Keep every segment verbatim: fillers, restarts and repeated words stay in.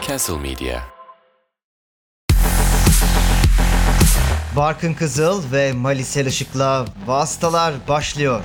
Castle Media. Barkın Kızıl ve Malisel Işık'la Vastalar başlıyor.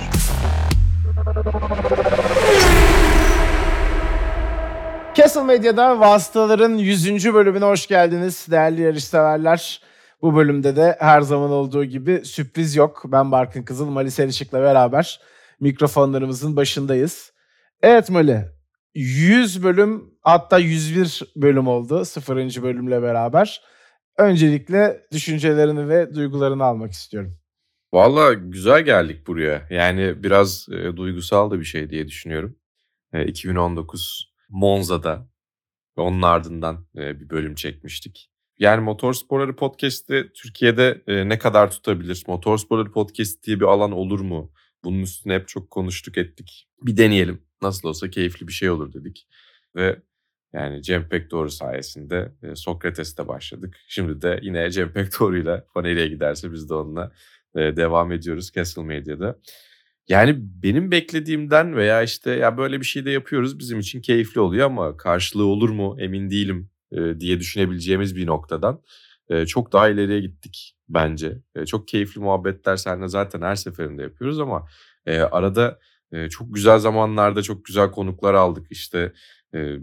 Castle Medya'da Vastalar'ın yüzüncü bölümüne hoş geldiniz değerli yarışseverler. Bu bölümde de her zaman olduğu gibi sürpriz yok. Ben Barkın Kızıl, Malisel Işık'la beraber mikrofonlarımızın başındayız. Evet Mali, yüz bölüm hatta yüz bir bölüm oldu sıfırıncı bölümle beraber. Öncelikle düşüncelerini ve duygularını almak istiyorum. Vallahi güzel geldik buraya. Yani biraz e, duygusal da bir şey diye düşünüyorum. E, iki bin on dokuz Monza'da ve onun ardından e, bir bölüm çekmiştik. Yani Motorsporları Podcast'te Türkiye'de e, ne kadar tutabilir? Motorsporları Podcast diye bir alan olur mu? Bunun üstüne hep çok konuştuk ettik. Bir deneyelim. Nasıl olsa keyifli bir şey olur dedik. Ve yani Cem Pekdoğru sayesinde e, Sokrates'te başladık. Şimdi de yine Cem Pekdoğru'yla nereye giderse biz de onunla e, devam ediyoruz Castle Medya'da. Yani benim beklediğimden veya işte ya böyle bir şey de yapıyoruz bizim için keyifli oluyor ama karşılığı olur mu emin değilim e, diye düşünebileceğimiz bir noktadan e, çok daha ileriye gittik bence. E, çok keyifli muhabbetler seninle zaten her seferinde yapıyoruz ama e, arada e, çok güzel zamanlarda çok güzel konuklar aldık. İşte e,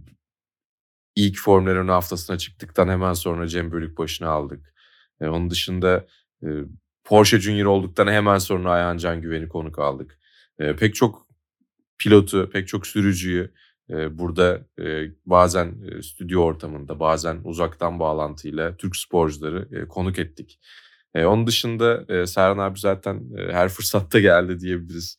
ilk Formula Renault haftasına çıktıktan hemen sonra Cem Bölükbaşı'nı aldık. E, onun dışında e, Porsche Junior olduktan hemen sonra Ayhan Can Güven'i konuk aldık. E, pek çok pilotu, pek çok sürücüyü e, burada e, bazen e, stüdyo ortamında, bazen uzaktan bağlantıyla Türk sporcuları e, konuk ettik. E, onun dışında e, Serhan abi zaten e, her fırsatta geldi diyebiliriz.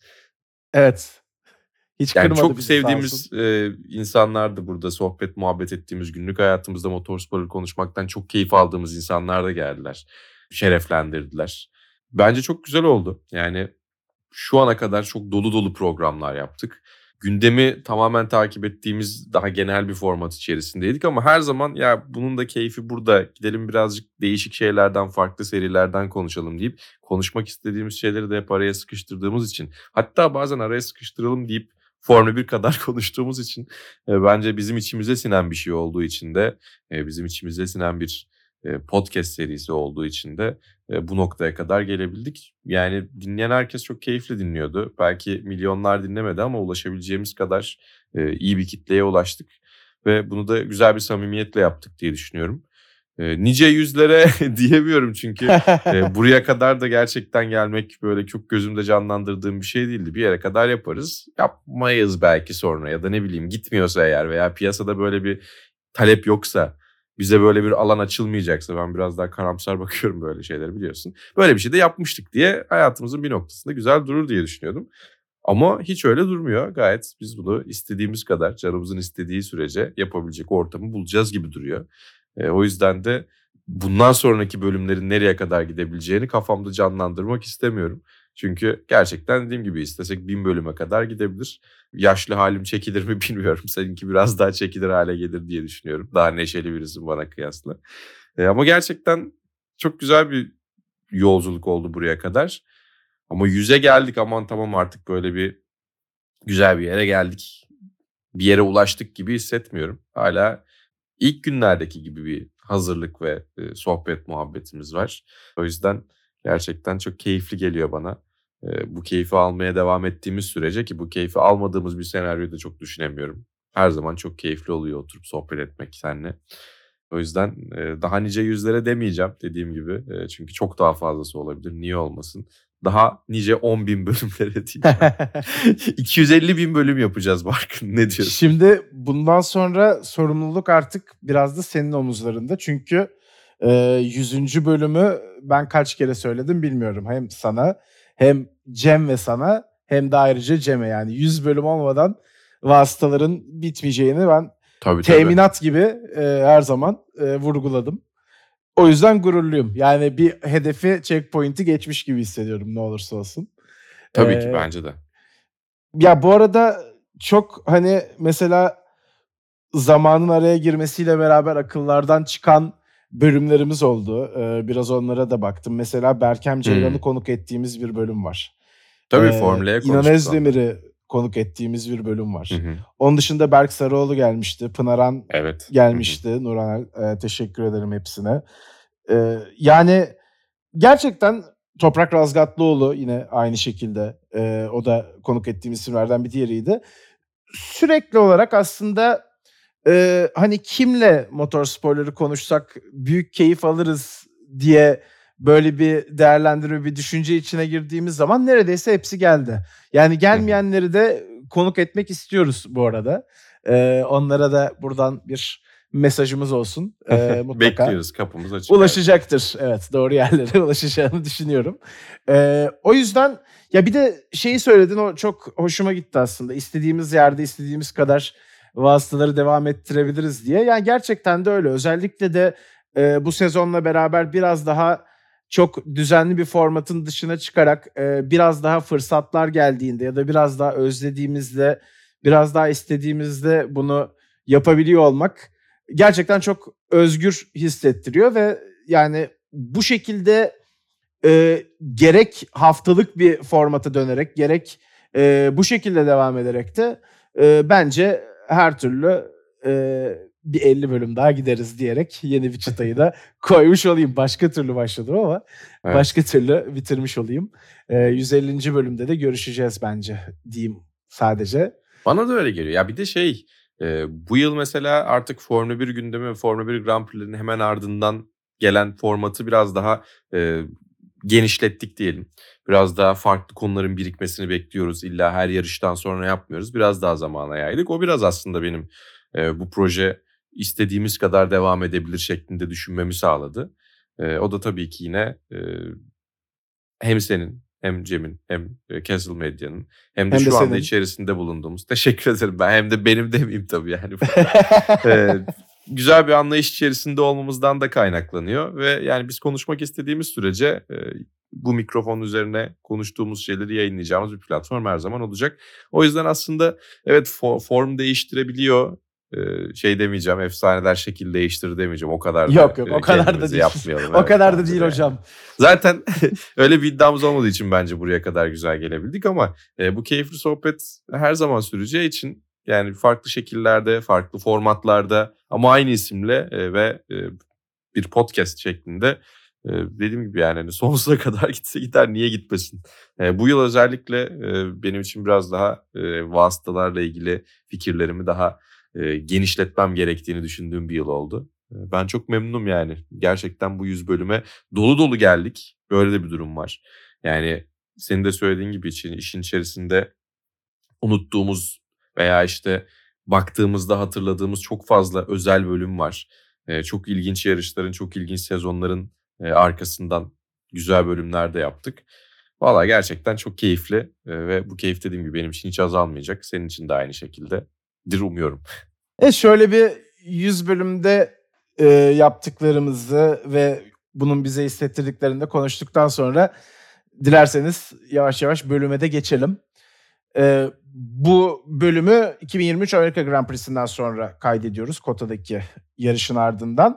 Evet. Hiç Yani kırmadı çok bizi, sağ sevdiğimiz olsun. e, insanlar da burada sohbet muhabbet ettiğimiz günlük hayatımızda motorsporları konuşmaktan çok keyif aldığımız insanlar da geldiler. Şereflendirdiler. Bence çok güzel oldu. Yani şu ana kadar çok dolu dolu programlar yaptık. Gündemi tamamen takip ettiğimiz daha genel bir format içerisindeydik ama her zaman ya bunun da keyfi burada. Gidelim birazcık değişik şeylerden, farklı serilerden konuşalım deyip konuşmak istediğimiz şeyleri de hep araya sıkıştırdığımız için, hatta bazen araya sıkıştıralım deyip Formula bir kadar konuştuğumuz için e, bence bizim içimize sinen bir şey olduğu için de e, bizim içimize sinen bir e, podcast serisi olduğu için de e, bu noktaya kadar gelebildik. Yani dinleyen herkes çok keyifli dinliyordu. Belki milyonlar dinlemedi ama ulaşabileceğimiz kadar e, iyi bir kitleye ulaştık. Ve bunu da güzel bir samimiyetle yaptık diye düşünüyorum. E, nice yüzlere diyemiyorum çünkü e, buraya kadar da gerçekten gelmek böyle çok gözümde canlandırdığım bir şey değildi. Bir yere kadar yaparız, yapmayız belki sonra ya da ne bileyim gitmiyorsa eğer veya piyasada böyle bir talep yoksa, bize böyle bir alan açılmayacaksa, ben biraz daha karamsar bakıyorum böyle şeyleri biliyorsun. Böyle bir şey de yapmıştık diye hayatımızın bir noktasında güzel durur diye düşünüyordum. Ama hiç öyle durmuyor. Gayet biz bunu istediğimiz kadar, canımızın istediği sürece yapabilecek ortamı bulacağız gibi duruyor. E, o yüzden de bundan sonraki bölümlerin nereye kadar gidebileceğini kafamda canlandırmak istemiyorum. Çünkü gerçekten dediğim gibi istesek bin bölüme kadar gidebilir. Yaşlı halim çekilir mi bilmiyorum. Seninki biraz daha çekilir hale gelir diye düşünüyorum. Daha neşeli birisin bana kıyasla. E, ama gerçekten çok güzel bir yolculuk oldu buraya kadar. Ama yüze geldik, aman tamam artık böyle bir güzel bir yere geldik. Bir yere ulaştık gibi hissetmiyorum. Hala ilk günlerdeki gibi bir hazırlık ve e, sohbet muhabbetimiz var. O yüzden gerçekten çok keyifli geliyor bana. E, bu keyfi almaya devam ettiğimiz sürece, ki bu keyfi almadığımız bir senaryoyu da çok düşünemiyorum. Her zaman çok keyifli oluyor oturup sohbet etmek seninle. O yüzden e, daha nice yüzlere demeyeceğim dediğim gibi. E, çünkü çok daha fazlası olabilir. Niye olmasın? Daha nice on bin bölümlere diyeceğim. iki yüz elli bin bölüm yapacağız Barkın. Ne diyorsun? Şimdi bundan sonra sorumluluk artık biraz da senin omuzlarında. Çünkü e, yüzüncü bölümü ben kaç kere söyledim bilmiyorum. Hem sana hem Cem ve sana hem de ayrıca Cem'e, yani yüz bölüm olmadan vasıtaların bitmeyeceğini ben Tabii, teminat gibi e, her zaman e, vurguladım. O yüzden gururluyum. Yani bir hedefi, checkpoint'i geçmiş gibi hissediyorum ne olursa olsun. Tabii Ee, ki bence de. Ya bu arada çok hani mesela zamanın araya girmesiyle beraber akıllardan çıkan bölümlerimiz oldu. Ee, biraz onlara da baktım. Mesela Berkem Ceylan'ı Hmm. konuk ettiğimiz bir bölüm var. Tabii Ee, Formula'ya İnan konuştuk onları. Özdemir'i konuk ettiğimiz bir bölüm var. Hı hı. Onun dışında Berk Sarıoğlu gelmişti. Pınaran Evet. gelmişti. Nurhan e, teşekkür ederim hepsine. E, yani gerçekten Toprak Razgatlıoğlu yine aynı şekilde. E, o da konuk ettiğimiz isimlerden bir diğeriydi. Sürekli olarak aslında e, hani kimle motorsporları konuşsak büyük keyif alırız diye böyle bir değerlendirme, bir düşünce içine girdiğimiz zaman neredeyse hepsi geldi. Yani gelmeyenleri de konuk etmek istiyoruz bu arada. E, onlara da buradan bir mesajımız olsun. E, mutlaka Bekliyoruz, kapımız açık. ulaşacaktır. Evet, doğru yerlere ulaşacağını düşünüyorum. E, o yüzden ya bir de şeyi söyledin, o çok hoşuma gitti aslında. İstediğimiz yerde istediğimiz kadar vasıtaları devam ettirebiliriz diye. Yani gerçekten de öyle. Özellikle de e, bu sezonla beraber biraz daha çok düzenli bir formatın dışına çıkarak e, biraz daha fırsatlar geldiğinde ya da biraz daha özlediğimizde, biraz daha istediğimizde bunu yapabiliyor olmak gerçekten çok özgür hissettiriyor ve yani bu şekilde e, gerek haftalık bir formata dönerek gerek e, bu şekilde devam ederek de e, bence her türlü e, bir elli bölüm daha gideriz diyerek yeni bir çıtayı da koymuş olayım. Başka türlü başladım ama Evet. başka türlü bitirmiş olayım. E, yüz ellinci bölümde de görüşeceğiz bence diyeyim sadece. Bana da öyle geliyor. Ya bir de şey, e, bu yıl mesela artık Formula bir gündemi ve Formula bir Grand Prix'lerin hemen ardından gelen formatı biraz daha e, genişlettik diyelim. Biraz daha farklı konuların birikmesini bekliyoruz. İlla her yarıştan sonra yapmıyoruz. Biraz daha zamana yaydık. O biraz aslında benim e, bu proje istediğimiz kadar devam edebilir şeklinde düşünmemi sağladı. E, o da tabii ki yine e, hem senin hem Cem'in hem e, Castle Medya'nın hem de Hem de şu anda senin. içerisinde bulunduğumuz. Teşekkür ederim ben. Hem de benim demeyeyim tabii yani. e, güzel bir anlayış içerisinde olmamızdan da kaynaklanıyor ve yani biz konuşmak istediğimiz sürece e, bu mikrofon üzerine konuştuğumuz şeyleri yayınlayacağımız bir platform her zaman olacak. O yüzden aslında evet for, form değiştirebiliyor. Ee, şey demeyeceğim, efsaneler şekil değiştirir demeyeceğim. O kadar da Yok yok o kadar da kendimizi değil. yapmayalım. O Evet, kadar da bence değil de hocam. yani. Zaten öyle bir iddiamız olmadığı için bence buraya kadar güzel gelebildik ama e, bu keyifli sohbet her zaman süreceği için yani farklı şekillerde, farklı formatlarda ama aynı isimle e, ve e, bir podcast şeklinde e, dediğim gibi yani hani sonsuza kadar gitse gider, niye gitmesin. E, bu yıl özellikle e, benim için biraz daha e, vasıtalarla ilgili fikirlerimi daha e, genişletmem gerektiğini düşündüğüm bir yıl oldu. E, ben çok memnunum yani. Gerçekten bu yüz bölüme dolu dolu geldik. Böyle de bir durum var. Yani senin de söylediğin gibi için, işin içerisinde unuttuğumuz veya işte baktığımızda hatırladığımız çok fazla özel bölüm var. Ee, çok ilginç yarışların, çok ilginç sezonların e, arkasından güzel bölümler de yaptık. Valla gerçekten çok keyifli e, ve bu keyif dediğim gibi benim için hiç azalmayacak. Senin için de aynı şekildedir umuyorum. E şöyle bir yüz bölümde e, yaptıklarımızı ve bunun bize hissettirdiklerini de konuştuktan sonra dilerseniz yavaş yavaş bölüme de geçelim. E, bu bölümü iki bin yirmi üç Amerika Grand Prix'sinden sonra kaydediyoruz. Kota'daki yarışın ardından.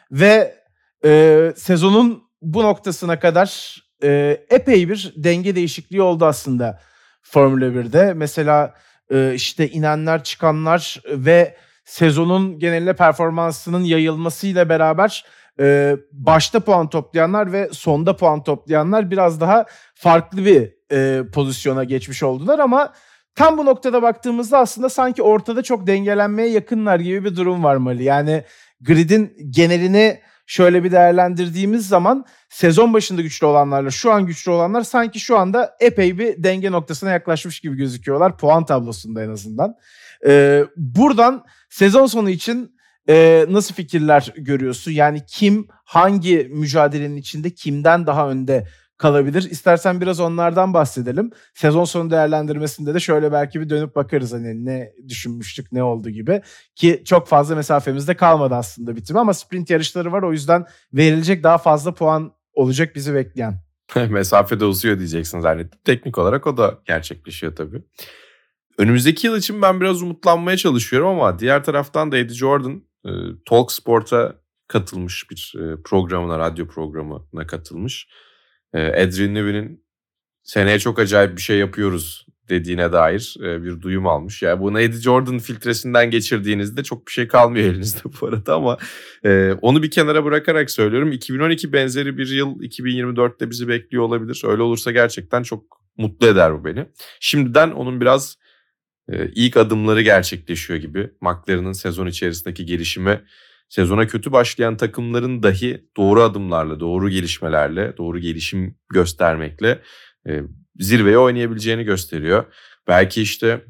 Ve e, sezonun bu noktasına kadar e, epey bir denge değişikliği oldu aslında Formula birde. Mesela e, işte inenler çıkanlar ve sezonun geneline performansının yayılmasıyla beraber e, başta puan toplayanlar ve sonda puan toplayanlar biraz daha farklı bir e, pozisyona geçmiş oldular ama tam bu noktada baktığımızda aslında sanki ortada çok dengelenmeye yakınlar gibi bir durum var Mali. Yani gridin genelini şöyle bir değerlendirdiğimiz zaman sezon başında güçlü olanlarla şu an güçlü olanlar sanki şu anda epey bir denge noktasına yaklaşmış gibi gözüküyorlar. Puan tablosunda en azından. Ee, buradan sezon sonu için e, nasıl fikirler görüyorsun? Yani kim hangi mücadelenin içinde kimden daha önde kalabilir? İstersen biraz onlardan bahsedelim. Sezon sonu değerlendirmesinde de şöyle belki bir dönüp bakarız hani ne düşünmüştük, ne oldu gibi. Ki çok fazla mesafemizde kalmadı aslında bitirme ama sprint yarışları var. O yüzden verilecek daha fazla puan olacak bizi bekleyen. Mesafede uzuyor diyeceksin zannettim. Teknik olarak o da gerçekleşiyor tabii. Önümüzdeki yıl için ben biraz umutlanmaya çalışıyorum ama diğer taraftan da Eddie Jordan e, Talk Sport'a katılmış bir e, programına, radyo programına katılmış. E, Adrian Newey'nin seneye çok acayip bir şey yapıyoruz dediğine dair e, bir duyum almış. Yani bunu Eddie Jordan filtresinden geçirdiğinizde çok bir şey kalmıyor elinizde bu arada ama e, onu bir kenara bırakarak söylüyorum. iki bin on iki benzeri bir yıl iki bin yirmi dörtte bizi bekliyor olabilir. Öyle olursa gerçekten çok mutlu eder bu beni. Şimdiden onun biraz e, ilk adımları gerçekleşiyor gibi. McLaren'ın sezon içerisindeki gelişimi, sezona kötü başlayan takımların dahi doğru adımlarla, doğru gelişmelerle, doğru gelişim göstermekle e, zirveye oynayabileceğini gösteriyor. Belki işte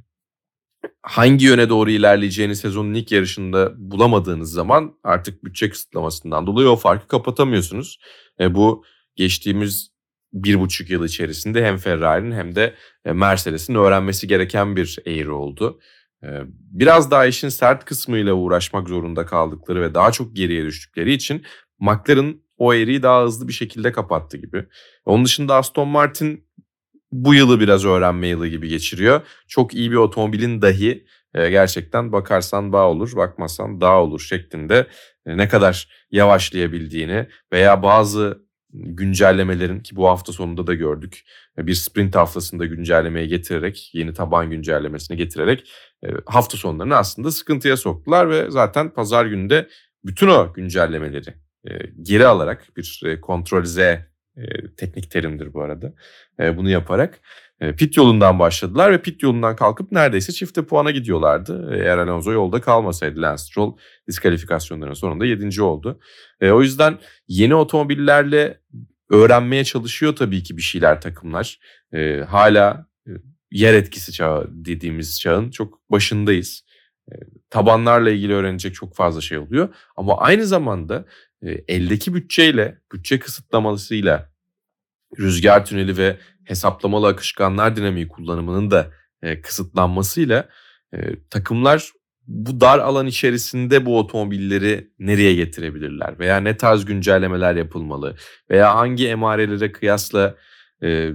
hangi yöne doğru ilerleyeceğini sezonun ilk yarışında bulamadığınız zaman artık bütçe kısıtlamasından dolayı o farkı kapatamıyorsunuz. E, bu geçtiğimiz bir buçuk yıl içerisinde hem Ferrari'nin hem de Mercedes'in öğrenmesi gereken bir eğri oldu. E, biraz daha işin sert kısmıyla uğraşmak zorunda kaldıkları ve daha çok geriye düştükleri için McLaren o eğriyi daha hızlı bir şekilde kapattı gibi. Onun dışında Aston Martin bu yılı biraz öğrenme yılı gibi geçiriyor. Çok iyi bir otomobilin dahi e, gerçekten bakarsan bağ olur, bakmazsan dağ olur şeklinde e, ne kadar yavaşlayabildiğini veya bazı güncellemelerin ki bu hafta sonunda da gördük. E, bir sprint haftasında güncellemeyi getirerek, yeni taban güncellemesini getirerek e, hafta sonlarını aslında sıkıntıya soktular ve zaten pazar günü de bütün o güncellemeleri e, geri alarak bir e, kontrol Z E, teknik terimdir bu arada. E, bunu yaparak e, pit yolundan başladılar ve pit yolundan kalkıp neredeyse çifte puana gidiyorlardı. E, eğer Alonso yolda kalmasaydı Lance Stroll diskalifikasyonların sonunda yedinci oldu. E, o yüzden yeni otomobillerle öğrenmeye çalışıyor tabii ki bir şeyler takımlar. E, hala e, yer etkisi çağı dediğimiz çağın çok başındayız. E, tabanlarla ilgili öğrenecek çok fazla şey oluyor. Ama aynı zamanda eldeki bütçeyle, bütçe kısıtlamasıyla rüzgar tüneli ve hesaplamalı akışkanlar dinamiği kullanımının da e, kısıtlanmasıyla e, takımlar bu dar alan içerisinde bu otomobilleri nereye getirebilirler veya ne tarz güncellemeler yapılmalı veya hangi emarelere kıyasla e,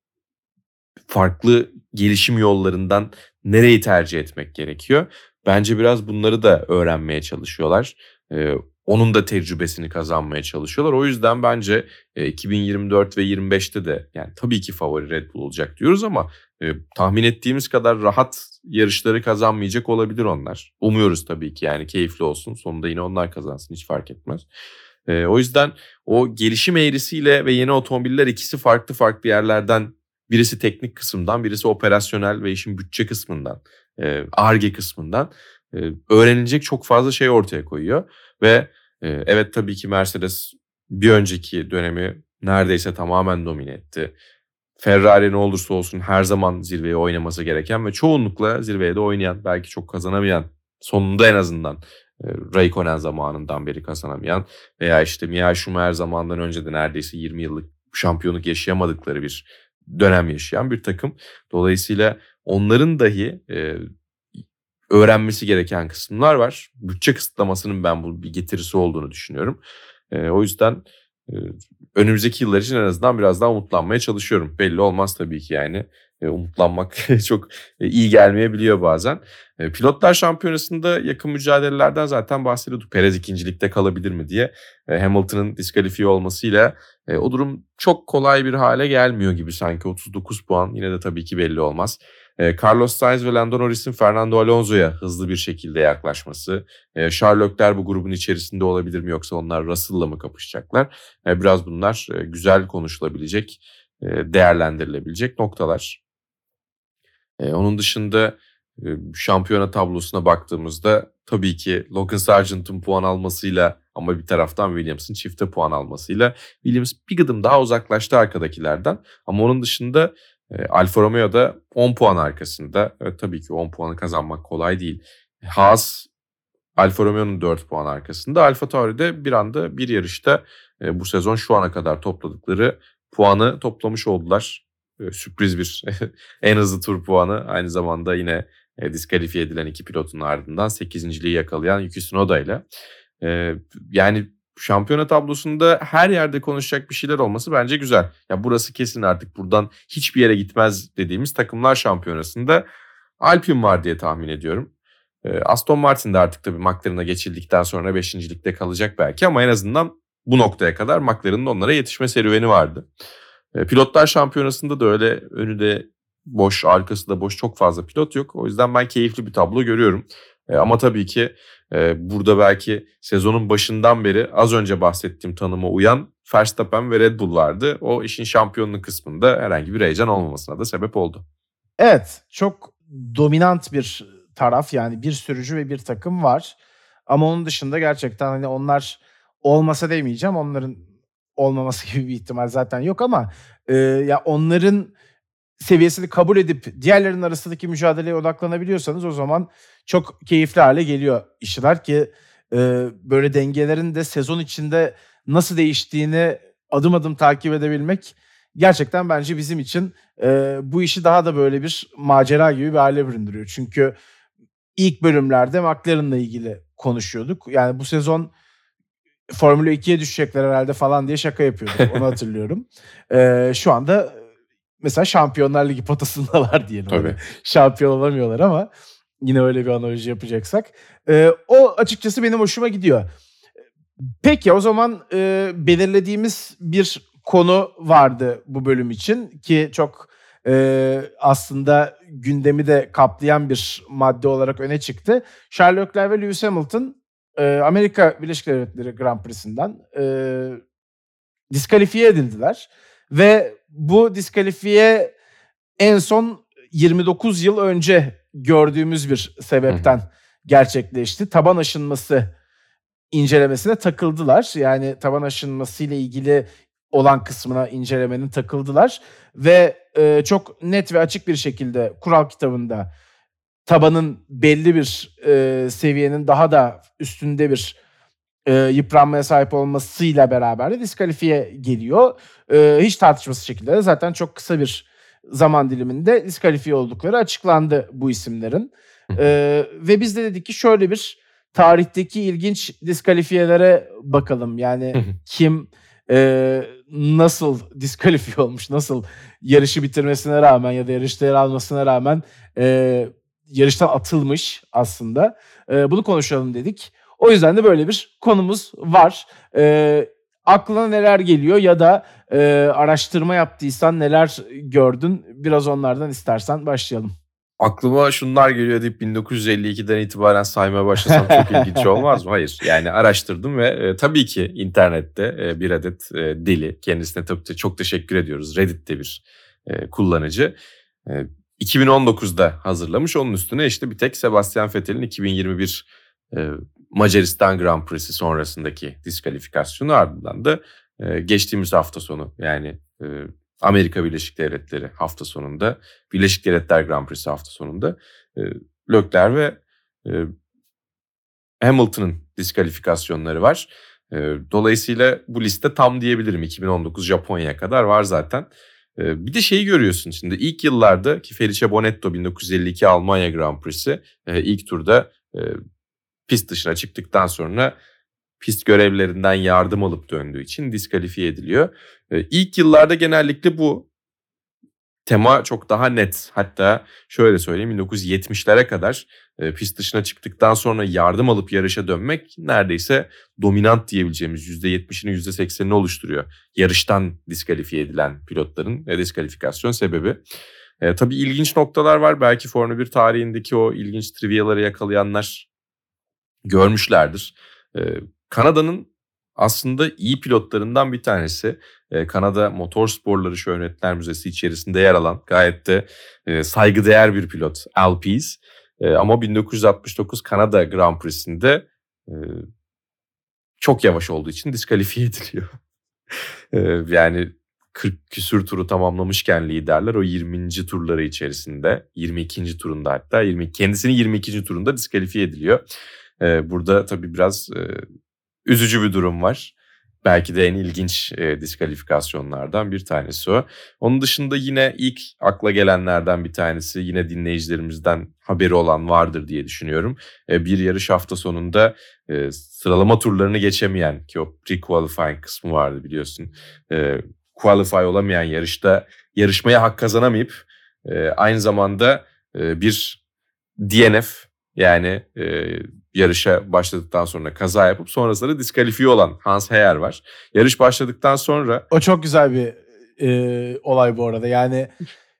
farklı gelişim yollarından nereyi tercih etmek gerekiyor? Bence biraz bunları da öğrenmeye çalışıyorlar. E, Onun da tecrübesini kazanmaya çalışıyorlar. O yüzden bence iki bin yirmi dört ve yirmi beşte de yani tabii ki favori Red Bull olacak diyoruz ama e, tahmin ettiğimiz kadar rahat yarışları kazanmayacak olabilir onlar. Umuyoruz tabii ki yani keyifli olsun. Sonunda yine onlar kazansın hiç fark etmez. E, o yüzden o gelişim eğrisiyle ve yeni otomobiller ikisi farklı farklı yerlerden, birisi teknik kısımdan, birisi operasyonel ve işin bütçe kısmından, Ar-Ge kısmından e, öğrenilecek çok fazla şey ortaya koyuyor. Ve e, evet tabii ki Mercedes bir önceki dönemi neredeyse tamamen domine etti. Ferrari ne olursa olsun her zaman zirveye oynaması gereken ve çoğunlukla zirveye de oynayan, belki çok kazanamayan, sonunda en azından e, Raikkonen zamanından beri kazanamayan veya işte Michael Schumacher zamanından önce de neredeyse yirmi yıllık şampiyonluk yaşayamadıkları bir dönem yaşayan bir takım. Dolayısıyla onların dahi e, öğrenmesi gereken kısımlar var. Bütçe kısıtlamasının ben bu bir getirisi olduğunu düşünüyorum. E, o yüzden e, önümüzdeki yıllar için en azından biraz daha umutlanmaya çalışıyorum. Belli olmaz tabii ki yani. E, umutlanmak çok e, iyi gelmeyebiliyor bazen. E, Pilotlar Şampiyonası'nda yakın mücadelelerden zaten bahsediyorduk. Perez ikincilikte kalabilir mi diye. E, Hamilton'ın diskalifiye olmasıyla e, o durum çok kolay bir hale gelmiyor gibi sanki. otuz dokuz puan yine de tabii ki belli olmaz. E, Carlos Sainz ve Lando Norris'in Fernando Alonso'ya hızlı bir şekilde yaklaşması. E, Charles Leclerc bu grubun içerisinde olabilir mi yoksa onlar Russell'la mı kapışacaklar? E, biraz bunlar e, güzel konuşulabilecek, e, değerlendirilebilecek noktalar. Ee, onun dışında e, şampiyona tablosuna baktığımızda tabii ki Logan Sargent'ın puan almasıyla ama bir taraftan Williams'ın çifte puan almasıyla Williams bir gıdım daha uzaklaştı arkadakilerden. Ama onun dışında e, Alfa Romeo da on puan arkasında. Evet, tabii ki on puanı kazanmak kolay değil. Haas Alfa Romeo'nun dört puan arkasında. Alfa Tauri'de bir anda bir yarışta e, bu sezon şu ana kadar topladıkları puanı toplamış oldular. E, sürpriz bir en hızlı tur puanı. Aynı zamanda yine e, diskalifiye edilen iki pilotun ardından sekizinciliği yakalayan Yuki Tsunoda ile. E, yani şampiyona tablosunda her yerde konuşacak bir şeyler olması bence güzel. Ya burası kesin artık buradan hiçbir yere gitmez dediğimiz takımlar şampiyonasında Alpine var diye tahmin ediyorum. Aston Martin de artık tabii McLaren'a geçildikten sonra beşincilikte kalacak belki ama en azından bu noktaya kadar McLaren'ın onlara yetişme serüveni vardı. Pilotlar Şampiyonası'nda da öyle önünde boş, arkası da boş, çok fazla pilot yok. O yüzden ben keyifli bir tablo görüyorum. E, ama tabii ki e, burada belki sezonun başından beri az önce bahsettiğim tanıma uyan Verstappen ve Red Bull vardı. O işin şampiyonluk kısmında herhangi bir heyecan olmamasına da sebep oldu. Evet, çok dominant bir taraf, yani bir sürücü ve bir takım var. Ama onun dışında gerçekten hani onlar olmasa demeyeceğim, onların olmaması gibi bir ihtimal zaten yok ama e, ya onların seviyesini kabul edip diğerlerinin arasındaki mücadeleye odaklanabiliyorsanız o zaman çok keyifli hale geliyor işler ki e, böyle dengelerin de sezon içinde nasıl değiştiğini adım adım takip edebilmek gerçekten bence bizim için e, bu işi daha da böyle bir macera gibi bir hale büründürüyor. Çünkü ilk bölümlerde McLaren'la ilgili konuşuyorduk. Yani bu sezon Formula ikiye düşecekler herhalde falan diye şaka yapıyorduk. Onu hatırlıyorum. E, şu anda mesela Şampiyonlar Ligi potasındalar diyelim. Tabii. Hani şampiyon olamıyorlar ama yine öyle bir analoji yapacaksak. E, o açıkçası benim hoşuma gidiyor. Peki o zaman e, belirlediğimiz bir konu vardı bu bölüm için ki çok e, aslında gündemi de kaplayan bir madde olarak öne çıktı. Charles Leclerc ve Lewis Hamilton e, Amerika Birleşik Devletleri Grand Prix'sinden e, diskalifiye edildiler ve bu diskalifiye en son yirmi dokuz yıl önce gördüğümüz bir sebepten gerçekleşti. Taban aşınması incelemesine takıldılar. Yani taban aşınması ile ilgili olan kısmına incelemenin takıldılar ve e, çok net ve açık bir şekilde kural kitabında tabanın belli bir e, seviyenin daha da üstünde bir e, yıpranmaya sahip olmasıyla beraber de diskalifiye geliyor. E, hiç tartışmasız şekilde de zaten çok kısa bir zaman diliminde diskalifiye oldukları açıklandı bu isimlerin. E, ve biz de dedik ki şöyle bir tarihteki ilginç diskalifiyelere bakalım. Yani kim e, nasıl diskalifiye olmuş, nasıl yarışı bitirmesine rağmen ya da yarışta yer almasına rağmen e, yarıştan atılmış aslında. E, bunu konuşalım dedik. O yüzden de böyle bir konumuz var. E, aklına neler geliyor ya da e, araştırma yaptıysan neler gördün? Biraz onlardan istersen başlayalım. Aklıma şunlar geliyor deyip bin dokuz yüz elli ikiden itibaren saymaya başlasam çok ilginç olmaz mı? Hayır. Yani araştırdım ve e, tabii ki internette e, bir adet e, deli. Kendisine tabii ki çok teşekkür ediyoruz. Reddit'te bir e, kullanıcı. E, iki bin on dokuzda hazırlamış. Onun üstüne işte bir tek Sebastian Vettel'in iki bin yirmi bir e, Macaristan Grand Prix'si sonrasındaki diskalifikasyonu, ardından da e, geçtiğimiz hafta sonu yani e, Amerika Birleşik Devletleri hafta sonunda, Birleşik Devletler Grand Prix'si hafta sonunda e, Leclerc ve e, Hamilton'ın diskalifikasyonları var. E, dolayısıyla bu liste tam diyebilirim. iki bin on dokuz Japonya'ya kadar var zaten. E, bir de şeyi görüyorsun şimdi ilk yıllarda ki Felice Bonetto bin dokuz yüz elli iki Almanya Grand Prix'si e, ilk turda e, pist dışına çıktıktan sonra pist görevlerinden yardım alıp döndüğü için diskalifiye ediliyor. Ee, ilk yıllarda genellikle bu tema çok daha net. Hatta şöyle söyleyeyim bin dokuz yüz yetmişlere kadar e, pist dışına çıktıktan sonra yardım alıp yarışa dönmek neredeyse dominant diyebileceğimiz yüzde yetmişini yüzde seksenini oluşturuyor. Yarıştan diskalifiye edilen pilotların e, diskalifikasyon sebebi. E, tabii ilginç noktalar var. Belki Formula bir tarihindeki o ilginç triviaları yakalayanlar görmüşlerdir. E, Kanada'nın aslında iyi pilotlarından bir tanesi. Ee, Kanada Motor Sporları Şöhretler Müzesi içerisinde yer alan gayet de e, saygıdeğer bir pilot Al Pease. E, ama bin dokuz yüz altmış dokuz Kanada Grand Prix'sinde e, çok yavaş olduğu için diskalifiye ediliyor. e, yani kırk küsür turu tamamlamışken liderler o yirminci turları içerisinde, yirmi ikinci turunda hatta yirmi kendisini yirmi ikinci turunda diskalifiye ediliyor. E, burada tabii biraz e, üzücü bir durum var. Belki de en ilginç e, diskalifikasyonlardan bir tanesi o. Onun dışında yine ilk akla gelenlerden bir tanesi, yine dinleyicilerimizden haberi olan vardır diye düşünüyorum. E, bir yarış hafta sonunda e, sıralama turlarını geçemeyen, ki o pre-qualifying kısmı vardı biliyorsun. E, qualify olamayan yarışta yarışmaya hak kazanamayıp e, aynı zamanda e, bir D N F yani e, yarışa başladıktan sonra kaza yapıp sonrasında diskalifiye olan Hans Heyer var. Yarış başladıktan sonra... O çok güzel bir e, olay bu arada. Yani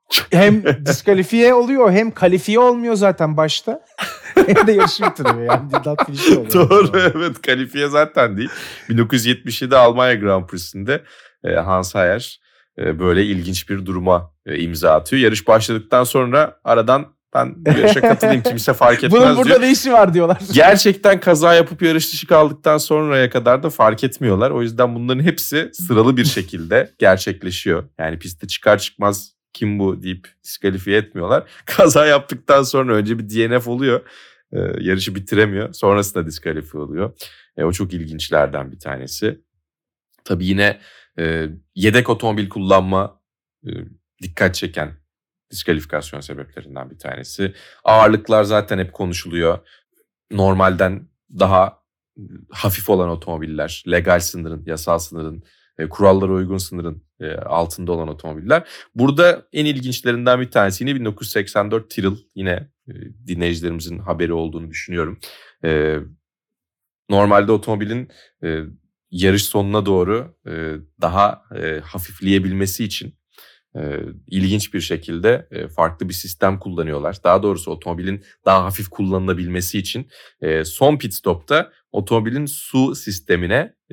hem diskalifiye oluyor hem kalifiye olmuyor zaten başta. Hem de yarışı bitiriyor yani. Did finish oluyor. Doğru, evet, kalifiye zaten değil. bin dokuz yüz yetmiş yedi Almanya Grand Prix'sinde Hans Hayer böyle ilginç bir duruma imza atıyor. Yarış başladıktan sonra aradan ben bu yarışa katılayım, kimse fark etmez Bunun burada diyor. ne işi var diyorlar. Gerçekten kaza yapıp yarış dışı kaldıktan sonraya kadar da fark etmiyorlar. O yüzden bunların hepsi sıralı bir şekilde gerçekleşiyor. Yani piste çıkar çıkmaz kim bu deyip diskalifiye etmiyorlar. Kaza yaptıktan sonra önce bir D N F oluyor. Ee, yarışı bitiremiyor. Sonrasında diskalifiye oluyor. E, o çok ilginçlerden bir tanesi. Tabii yine e, yedek otomobil kullanma e, dikkat çeken diskalifikasyon sebeplerinden bir tanesi. Ağırlıklar zaten hep konuşuluyor. Normalden daha hafif olan otomobiller, legal sınırın, yasal sınırın, e, kurallara uygun sınırın e, altında olan otomobiller. Burada en ilginçlerinden bir tanesi yine bin dokuz yüz seksen dört Tyrrell. Yine e, dinleyicilerimizin haberi olduğunu düşünüyorum. E, normalde otomobilin e, yarış sonuna doğru e, daha e, hafifleyebilmesi için e, ilginç bir şekilde e, farklı bir sistem kullanıyorlar. Daha doğrusu otomobilin daha hafif kullanılabilmesi için e, son pit stopta otomobilin su sistemine e,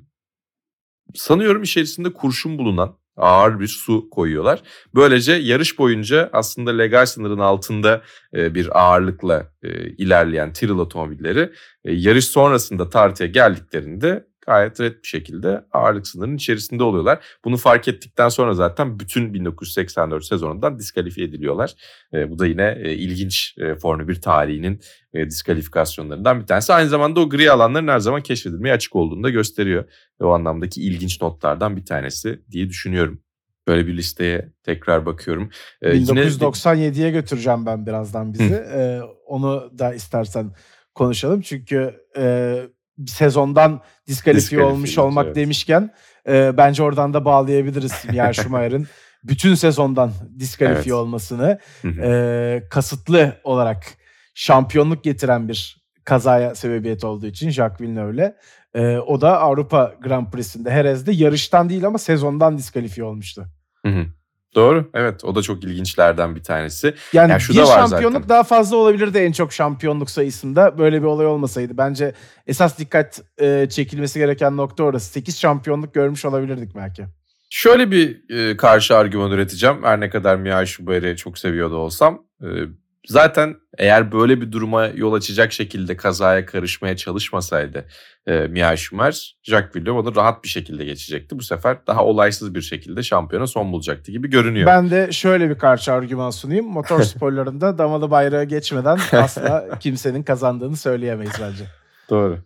sanıyorum içerisinde kurşun bulunan ağır bir su koyuyorlar. Böylece yarış boyunca aslında legal sınırın altında e, bir ağırlıkla e, ilerleyen Tyrrell otomobilleri e, yarış sonrasında tartıya geldiklerinde gayet net bir şekilde ağırlık sınırının içerisinde oluyorlar. Bunu fark ettikten sonra zaten bütün bin dokuz yüz seksen dört sezonundan diskalifiye ediliyorlar. E, bu da yine e, ilginç e, Formula bir tarihinin e, diskalifikasyonlarından bir tanesi. Aynı zamanda o gri alanların her zaman keşfedilmeye açık olduğunu da gösteriyor. Ve o anlamdaki ilginç notlardan bir tanesi diye düşünüyorum. Böyle bir listeye tekrar bakıyorum. E, bin dokuz yüz doksan yediye yine götüreceğim ben birazdan bizi. E, onu da istersen konuşalım. Çünkü e, bir sezondan diskalifiye olmuş olmak evet. demişken e, bence oradan da bağlayabiliriz Michael Schumacher'ın bütün sezondan diskalifiye evet. olmasını. e, kasıtlı olarak şampiyonluk getiren bir kazaya sebebiyet olduğu için Jacques Villeneuve'le. E, o da Avrupa Grand Prix'sinde Jerez'de yarıştan değil ama sezondan diskalifiye olmuştu. Hı hı. Doğru. Evet. O da çok ilginçlerden bir tanesi. Yani, yani şu bir da var şampiyonluk zaten. Daha fazla olabilirdi en çok şampiyonluk sayısında. Böyle bir olay olmasaydı. Bence esas dikkat e, çekilmesi gereken nokta orası. sekiz şampiyonluk görmüş olabilirdik belki. Şöyle bir e, karşı argüman üreteceğim. Her ne kadar Michael Schumacher'i çok seviyordu olsam. E, zaten eğer böyle bir duruma yol açacak şekilde kazaya karışmaya çalışmasaydı e, Michael Schumacher, Jacques Villeneuve onu rahat bir şekilde geçecekti. Bu sefer daha olaysız bir şekilde şampiyona son bulacaktı gibi görünüyor. Ben de şöyle bir karşı argüman sunayım. Motor sporlarında damalı bayrağı geçmeden asla kimsenin kazandığını söyleyemeyiz bence. Doğru.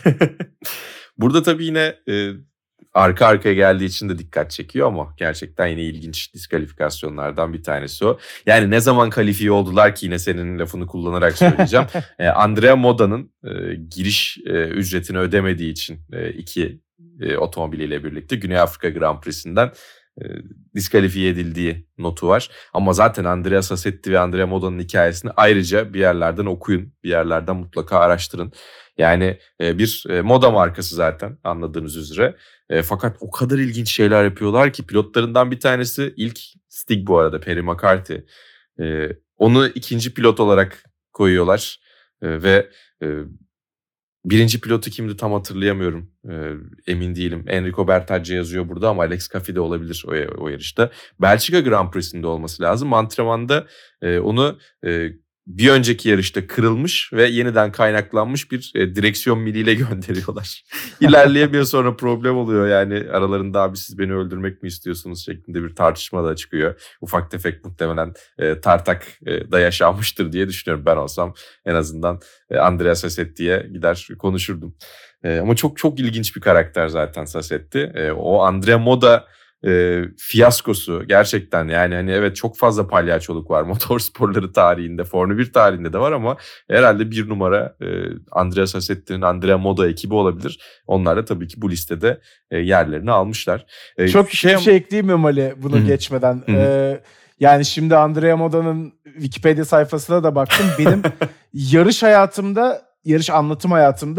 Burada tabii yine e, arka arkaya geldiği için de dikkat çekiyor ama gerçekten yine ilginç diskalifikasyonlardan bir tanesi o. Yani ne zaman kalifiye oldular ki, yine senin lafını kullanarak söyleyeceğim. e, Andrea Moda'nın e, giriş e, ücretini ödemediği için e, iki e, otomobiliyle birlikte Güney Afrika Grand Prix'sinden e, diskalifiye edildiği notu var. Ama zaten Andrea Sassetti ve Andrea Moda'nın hikayesini ayrıca bir yerlerden okuyun, bir yerlerden mutlaka araştırın. Yani e, bir e, moda markası zaten anladığınız üzere. E, fakat o kadar ilginç şeyler yapıyorlar ki pilotlarından bir tanesi ilk Stig bu arada, Perry McCarthy. E, onu ikinci pilot olarak koyuyorlar e, ve e, birinci pilotu kimdi tam hatırlayamıyorum. E, emin değilim. Enrico Bertaggia yazıyor burada ama Alex Caffey de olabilir o, o yarışta. Belçika Grand Prix'sinde olması lazım. Antrenmanda e, onu e, bir önceki yarışta kırılmış ve yeniden kaynaklanmış bir e, direksiyon miliyle gönderiyorlar. İlerleyemiyor, sonra problem oluyor. Yani aralarında abi siz beni öldürmek mi istiyorsunuz şeklinde bir tartışma da çıkıyor. Ufak tefek muhtemelen e, tartak e, da yaşanmıştır diye düşünüyorum. Ben olsam en azından e, Andrea Sassetti'ye gider konuşurdum. E, ama çok çok ilginç bir karakter zaten Sassetti. E, o Andrea Moda E, fiyaskosu gerçekten, yani hani evet çok fazla palyaçoluk var motor sporları tarihinde, Formula bir tarihinde de var ama herhalde bir numara e, Andrea Sassetti'nin Andrea Moda ekibi olabilir. Onlar da tabii ki bu listede e, yerlerini almışlar. E, çok şey, bir şey ekleyeyim mi Mali bunu Hı-hı. geçmeden? Hı-hı. E, yani şimdi Andrea Moda'nın Wikipedia sayfasına da baktım. Benim yarış hayatımda, yarış anlatım hayatımda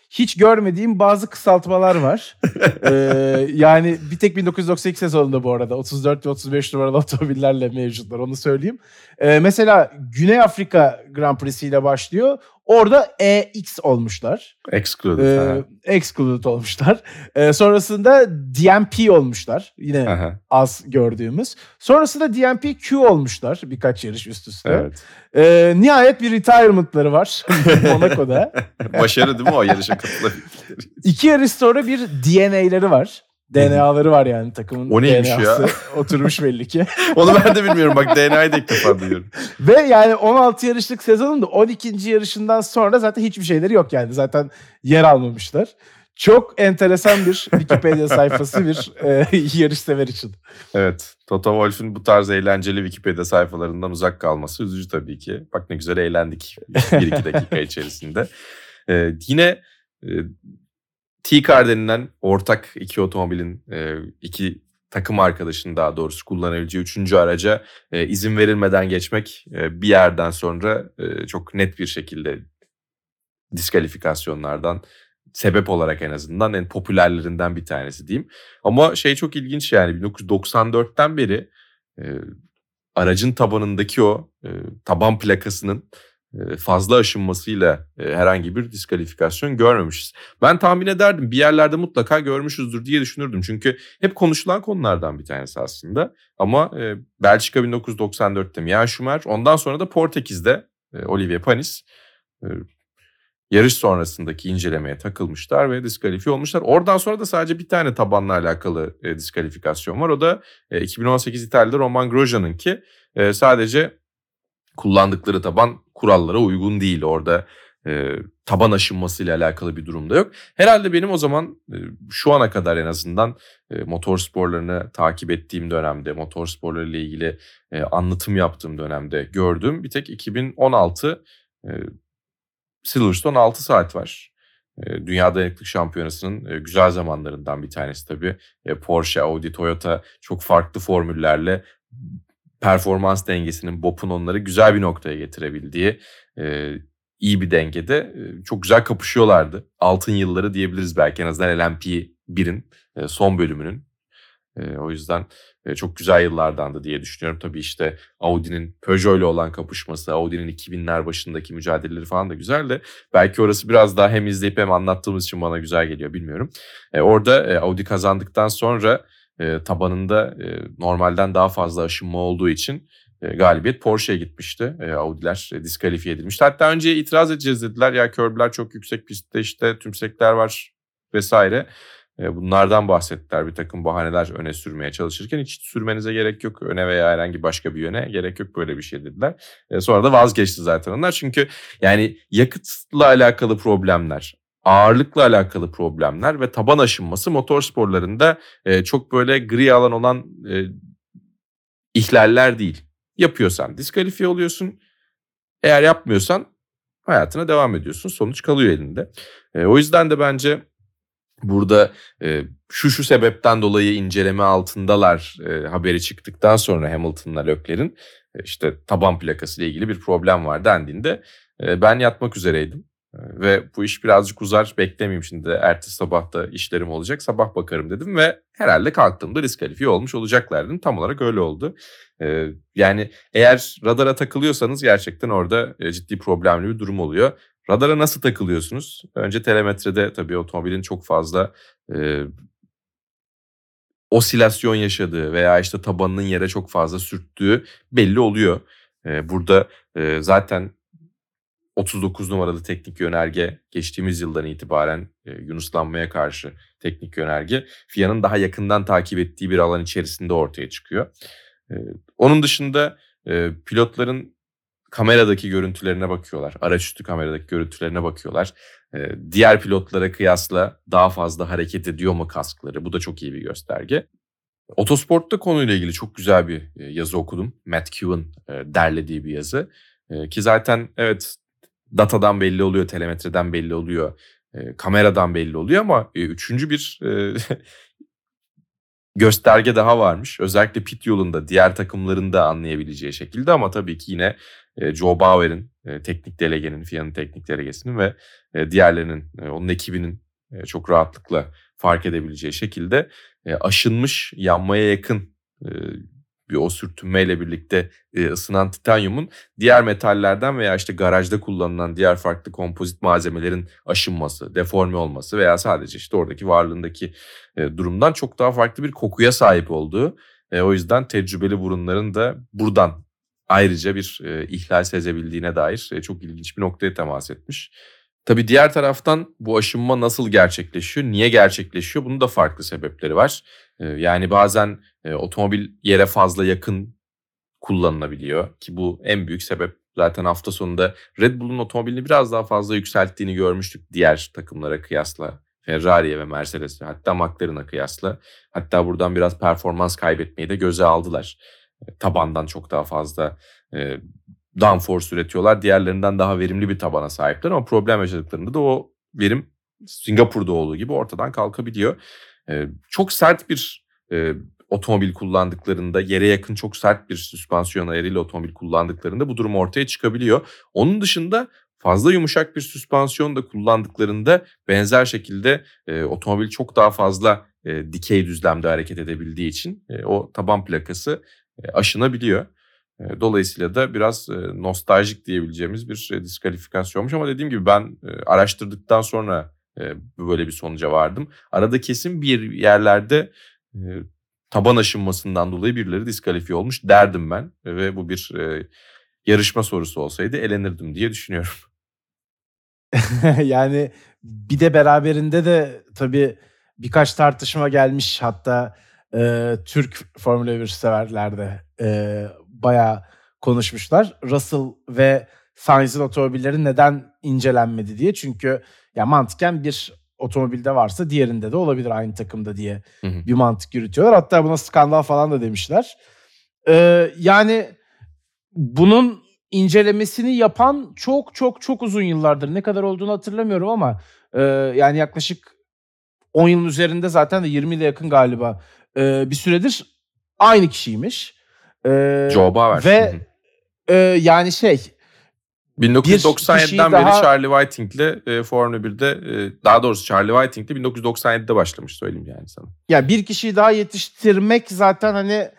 hiç görmediğim bazı kısaltmalar var. ee, yani bir tek bin dokuz yüz doksan iki sezonunda bu arada otuz dört ve otuz beş numaralı otomobillerle mevcutlar, onu söyleyeyim. Ee, mesela Güney Afrika Grand Prix'si ile başlıyor. Orada E X olmuşlar. Excluded. Ee, excluded olmuşlar. Ee, sonrasında D M P olmuşlar. Yine Aha. az gördüğümüz. Sonrasında D M P Q olmuşlar birkaç yarış üst üste. Evet. Ee, nihayet bir retirement'ları var Monaco'da. Başarı değil mi o yarışa katılabildikleri? İki yarış sonra bir D N A'ları var. D N A'ları var yani takımın. O neymiş D N A'sı ya? oturmuş belli ki. Onu ben de bilmiyorum. Bak D N A'yı da ilk defa duyuyorum. Ve yani on altı yarışlık sezonun da on ikinci yarışından sonra zaten hiçbir şeyleri yok yani. Zaten yer almamışlar. Çok enteresan bir Wikipedia sayfası bir e, yarış sever için. Evet. Toto Wolff'ün bu tarz eğlenceli Wikipedia sayfalarından uzak kalması üzücü tabii ki. Bak ne güzel eğlendik bir iki dakika içerisinde. Ee, yine e, T-Car denilen ortak iki otomobilin, e, iki takım arkadaşının daha doğrusu kullanabileceği üçüncü araca e, izin verilmeden geçmek e, bir yerden sonra e, çok net bir şekilde diskalifikasyonlardan sebep olarak en azından en popülerlerinden bir tanesi diyeyim. Ama şey çok ilginç yani bin dokuz yüz doksan dörtten beri e, aracın tabanındaki o e, taban plakasının e, fazla aşınmasıyla e, herhangi bir diskalifikasyon görmemişiz. Ben tahmin ederdim bir yerlerde mutlaka görmüşüzdür diye düşünürdüm. Çünkü hep konuşulan konulardan bir tanesi aslında. Ama e, Belçika bin dokuz yüz doksan dörtte Michael Schumacher, ondan sonra da Portekiz'de e, Olivier Panis e, yarış sonrasındaki incelemeye takılmışlar ve diskalifiye olmuşlar. Oradan sonra da sadece bir tane tabanla alakalı e, diskalifikasyon var. O da e, iki bin on sekiz İtalya'da Romain Grosjean'ın ki e, sadece kullandıkları taban kurallara uygun değil. Orada e, taban aşınmasıyla alakalı bir durum da yok. Herhalde benim o zaman e, şu ana kadar en azından e, motorsporlarını takip ettiğim dönemde, motorsporlarıyla ilgili e, anlatım yaptığım dönemde gördüğüm bir tek iki bin on altı e, Silverstone altı saat var. Dünya Dayanıklık Şampiyonası'nın güzel zamanlarından bir tanesi tabii. Porsche, Audi, Toyota çok farklı formüllerle performans dengesinin, B O P'un onları güzel bir noktaya getirebildiği iyi bir dengede çok güzel kapışıyorlardı. Altın yılları diyebiliriz belki, en azından L M P birin son bölümünün. O yüzden çok güzel yıllardandı diye düşünüyorum. Tabii işte Audi'nin Peugeot ile olan kapışması, Audi'nin iki binler başındaki mücadeleleri falan da güzel de belki orası biraz daha hem izleyip hem anlattığımız için bana güzel geliyor, bilmiyorum. Orada Audi kazandıktan sonra tabanında normalden daha fazla aşınma olduğu için galibiyet Porsche'ye gitmişti. Audi'ler diskalifiye edilmişti. Hatta önce itiraz edeceğiz dediler. Ya körbüler çok yüksek, pistte işte tümsekler var vesaire. Bunlardan bahsettiler, bir takım bahaneler öne sürmeye çalışırken. Hiç sürmenize gerek yok öne veya herhangi başka bir yöne, gerek yok böyle bir şey dediler. Sonra da vazgeçti zaten onlar. Çünkü yani yakıtla alakalı problemler, ağırlıkla alakalı problemler ve taban aşınması motorsporlarında çok böyle gri alan olan ihlaller değil. Yapıyorsan diskalifiye oluyorsun. Eğer yapmıyorsan hayatına devam ediyorsun. Sonuç kalıyor elinde. O yüzden de bence burada e, şu şu sebepten dolayı inceleme altındalar e, haberi çıktıktan sonra Hamilton'la Leclerc'in e, işte taban plakası ile ilgili bir problem var dendiğinde e, ben yatmak üzereydim. E, ve bu iş birazcık uzar, beklemeyeyim şimdi, ertesi sabah da işlerim olacak, sabah bakarım dedim ve herhalde kalktığımda diskalifiye olmuş olacaklar dedim. Tam olarak öyle oldu. E, yani eğer radara takılıyorsanız gerçekten orada e, ciddi problemli bir durum oluyor. Radara nasıl takılıyorsunuz? Önce telemetrede tabii otomobilin çok fazla e, osilasyon yaşadığı veya işte tabanının yere çok fazla sürttüğü belli oluyor. E, burada e, zaten otuz dokuz numaralı teknik yönerge geçtiğimiz yıldan itibaren e, yunuslanmaya karşı teknik yönerge F I A'nın daha yakından takip ettiği bir alan içerisinde ortaya çıkıyor. E, onun dışında e, pilotların kameradaki görüntülerine bakıyorlar. Araçüstü kameradaki görüntülerine bakıyorlar. Ee, diğer pilotlara kıyasla daha fazla hareket ediyor mu kaskları? Bu da çok iyi bir gösterge. Otosport'ta konuyla ilgili çok güzel bir yazı okudum. Matt Kewen e, derlediği bir yazı. E, ki zaten evet, datadan belli oluyor, telemetreden belli oluyor, e, kameradan belli oluyor ama e, üçüncü bir e, gösterge daha varmış. Özellikle pit yolunda diğer takımların da anlayabileceği şekilde, ama tabii ki yine e, Joe Bauer'in, e, teknik delegenin, F I A'nın teknik delegesinin ve e, diğerlerinin, e, onun ekibinin e, çok rahatlıkla fark edebileceği şekilde e, aşınmış, yanmaya yakın e, bir o sürtünmeyle birlikte e, ısınan titanyumun diğer metallerden veya işte garajda kullanılan diğer farklı kompozit malzemelerin aşınması, deforme olması veya sadece işte oradaki varlığındaki e, durumdan çok daha farklı bir kokuya sahip olduğu. E, o yüzden tecrübeli burunların da buradan ayrıca bir e, ihlal sezebildiğine dair e, çok ilginç bir noktaya temas etmiş. Tabii diğer taraftan bu aşınma nasıl gerçekleşiyor, niye gerçekleşiyor? Bunun da farklı sebepleri var. E, yani bazen e, otomobil yere fazla yakın kullanılabiliyor ki bu en büyük sebep. Zaten hafta sonunda Red Bull'un otomobilini biraz daha fazla yükselttiğini görmüştük diğer takımlara kıyasla. Ferrari'ye ve Mercedes'e, hatta McLaren'a kıyasla. Hatta buradan biraz performans kaybetmeyi de göze aldılar. E, tabandan çok daha fazla e, downforce üretiyorlar. Diğerlerinden daha verimli bir tabana sahipler ama problem yaşadıklarında da o verim Singapur'da olduğu gibi ortadan kalkabiliyor. E, çok sert bir e, otomobil kullandıklarında, yere yakın çok sert bir süspansiyon ayarıyla otomobil kullandıklarında bu durum ortaya çıkabiliyor. Onun dışında fazla yumuşak bir süspansiyon da kullandıklarında benzer şekilde e, otomobil çok daha fazla e, dikey düzlemde hareket edebildiği için e, o taban plakası e, aşınabiliyor. E, dolayısıyla da biraz e, nostaljik diyebileceğimiz bir e, diskalifikasyon ama dediğim gibi ben e, araştırdıktan sonra e, böyle bir sonuca vardım. Arada kesin bir yerlerde e, taban aşınmasından dolayı birileri diskalifiye olmuş derdim ben ve bu bir e, yarışma sorusu olsaydı elenirdim diye düşünüyorum. Yani bir de beraberinde de tabii birkaç tartışma gelmiş, hatta e, Türk Formula bir severlerde e, bayağı konuşmuşlar. Russell ve Sainz'in otomobilleri neden incelenmedi diye. Çünkü ya mantıken bir otomobilde varsa diğerinde de olabilir aynı takımda diye Hı hı. bir mantık yürütüyorlar. Hatta buna skandal falan da demişler. Ee, yani bunun incelemesini yapan çok çok çok uzun yıllardır, ne kadar olduğunu hatırlamıyorum ama e, yani yaklaşık on yılın üzerinde, zaten de yirmi ile yakın galiba e, bir süredir aynı kişiymiş. E, Joe Bauer. Ve Hı hı. e, yani şey bin dokuz yüz doksan yediden beri daha... Charlie Whiting'le e, Formula birde e, daha doğrusu Charlie Whiting'le bin dokuz yüz doksan yedide başlamış, söyleyeyim yani sana. Ya bir kişiyi daha yetiştirmek zaten hani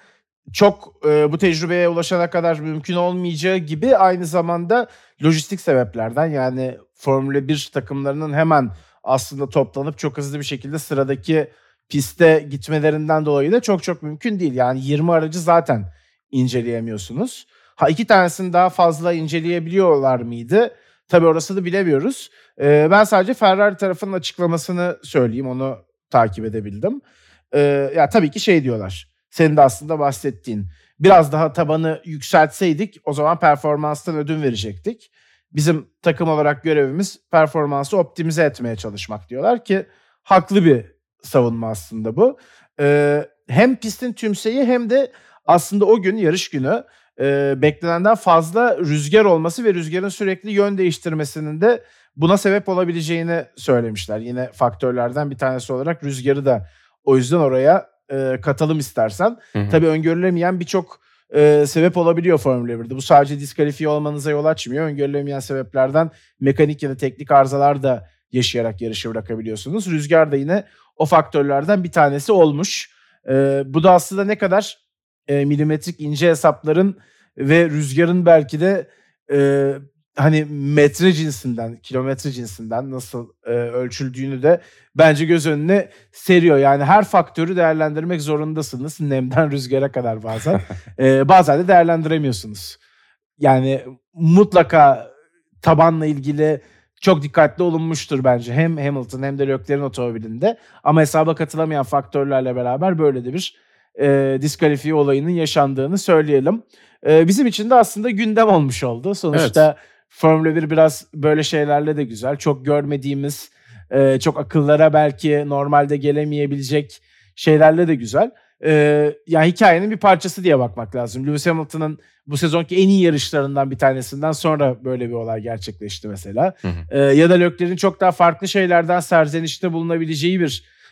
çok e, bu tecrübeye ulaşana kadar mümkün olmayacağı gibi, aynı zamanda lojistik sebeplerden, yani Formula bir takımlarının hemen aslında toplanıp çok hızlı bir şekilde sıradaki piste gitmelerinden dolayı da çok çok mümkün değil. Yani yirmi aracı zaten inceleyemiyorsunuz. Ha iki tanesini daha fazla inceleyebiliyorlar mıydı? Tabii orası da bilemiyoruz. E, ben sadece Ferrari tarafının açıklamasını söyleyeyim, onu takip edebildim. E, ya tabii ki şey diyorlar. Senin de aslında bahsettiğin, biraz daha tabanı yükseltseydik o zaman performanstan ödün verecektik. Bizim takım olarak görevimiz performansı optimize etmeye çalışmak diyorlar ki haklı bir savunma aslında bu. Ee, hem pistin tümseyi hem de aslında o gün, yarış günü e, beklenenden fazla rüzgar olması ve rüzgarın sürekli yön değiştirmesinin de buna sebep olabileceğini söylemişler. Yine faktörlerden bir tanesi olarak rüzgarı da o yüzden oraya e, katalım istersen. Hı hı. Tabii öngörülemeyen birçok e, sebep olabiliyor Formula birde. Bu sadece diskalifiye olmanıza yol açmıyor. Öngörülemeyen sebeplerden mekanik ya da teknik arızalar da yaşayarak yarışı bırakabiliyorsunuz. Rüzgar da yine o faktörlerden bir tanesi olmuş. E, bu da aslında ne kadar e, milimetrik ince hesapların ve rüzgarın belki de e, hani metre cinsinden, kilometre cinsinden nasıl e, ölçüldüğünü de bence göz önüne seriyor. Yani her faktörü değerlendirmek zorundasınız. Nemden rüzgara kadar bazen. e, bazen de değerlendiremiyorsunuz. Yani mutlaka tabanla ilgili çok dikkatli olunmuştur bence. Hem Hamilton hem de Leclerc'in otomobilinde. Ama hesaba katılamayan faktörlerle beraber böyle de bir e, diskalifiye olayının yaşandığını söyleyelim. E, bizim için de aslında gündem olmuş oldu. Sonuçta evet. Formula bir biraz böyle şeylerle de güzel. Çok görmediğimiz, e, çok akıllara belki normalde gelemeyebilecek şeylerle de güzel. E, yani hikayenin bir parçası diye bakmak lazım. Lewis Hamilton'ın bu sezonki en iyi yarışlarından bir tanesinden sonra böyle bir olay gerçekleşti mesela. Hı hı. E, ya da Leclerc'in çok daha farklı şeylerden serzenişte bulunabileceği bir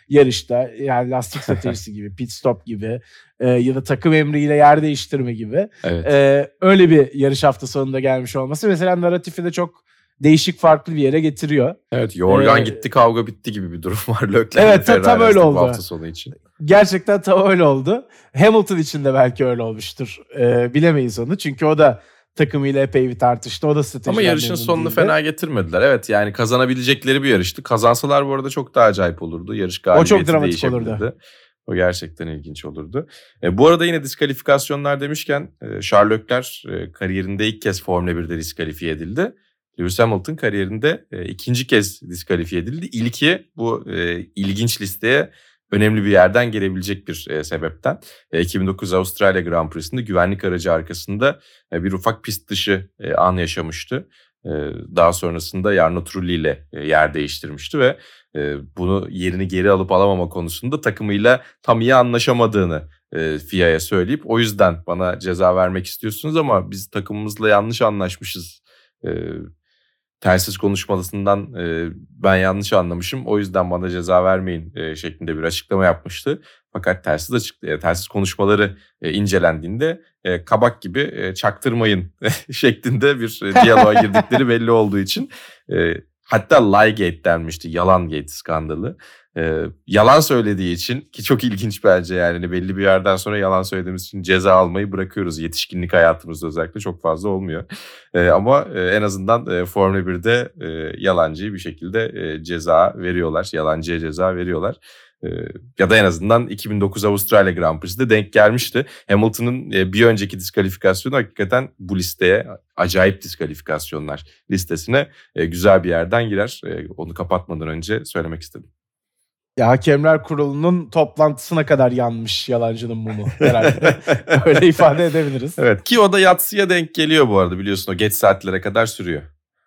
yarışta. Yani lastik stratejisi gibi, pit stop gibi e, ya da takım emriyle yer değiştirme gibi. Evet. E, öyle bir yarış hafta sonunda gelmiş olması mesela narratifi de çok değişik, farklı bir yere getiriyor. Evet, yorgan Ee, gitti, kavga bitti gibi bir durum var Leclerc Evet, ta- tam öyle oldu. Bu hafta sonu için. Gerçekten tam öyle oldu. Hamilton için de belki öyle olmuştur. Ee, bilemeyiz onu. Çünkü o da takımıyla epey bir tartıştı. O da strateji. Ama yarışın sonunu fena getirmediler. Evet, yani kazanabilecekleri bir yarıştı. Kazansalar bu arada çok daha acayip olurdu. Yarış galibiyeti O çok dramatik değişebilirdi. olurdu. O gerçekten ilginç olurdu. E, bu arada yine diskalificasyonlar demişken e, Charles Leclerc e, kariyerinde ilk kez Formula birde diskalifiye edildi. Lewis Hamilton kariyerinde e, ikinci kez diskalifiye edildi. İlki bu e, ilginç listeye önemli bir yerden gelebilecek bir e, sebepten. E, iki bin dokuz Avustralya Grand Prix'sinde güvenlik aracı arkasında e, bir ufak pist dışı e, an yaşamıştı. E, daha sonrasında Jarno Trulli ile e, yer değiştirmişti ve e, bunu yerini geri alıp alamama konusunda takımıyla tam iyi anlaşamadığını e, F I A'ya söyleyip o yüzden bana ceza vermek istiyorsunuz ama biz takımımızla yanlış anlaşmışız. E, telsiz konuşmasından e, ben yanlış anlamışım, o yüzden bana ceza vermeyin e, şeklinde bir açıklama yapmıştı. Fakat telsiz açık, e, telsiz konuşmaları e, incelendiğinde e, kabak gibi e, çaktırmayın şeklinde bir e, diyaloğa girdikleri belli olduğu için e, hatta Liegate denmişti, yalan gate skandalı. Ee, yalan söylediği için, ki çok ilginç bence yani hani belli bir yerden sonra yalan söylediğimiz için ceza almayı bırakıyoruz. Yetişkinlik hayatımızda özellikle çok fazla olmuyor. Ee, ama e, en azından e, Formula birde e, yalancıyı bir şekilde e, ceza veriyorlar. Yalancıya ceza veriyorlar. E, ya da en azından iki bin dokuz Avustralya Grand Prix'de denk gelmişti. Hamilton'ın e, bir önceki diskalifikasyonu hakikaten bu listeye, acayip diskalifikasyonlar listesine e, güzel bir yerden girer. E, onu kapatmadan önce söylemek istedim. Ya Hakemler Kurulu'nun toplantısına kadar yanmış yalancının mumu herhalde. Öyle ifade edebiliriz. Evet, ki o da yatsıya denk geliyor bu arada, biliyorsun o geç saatlere kadar sürüyor.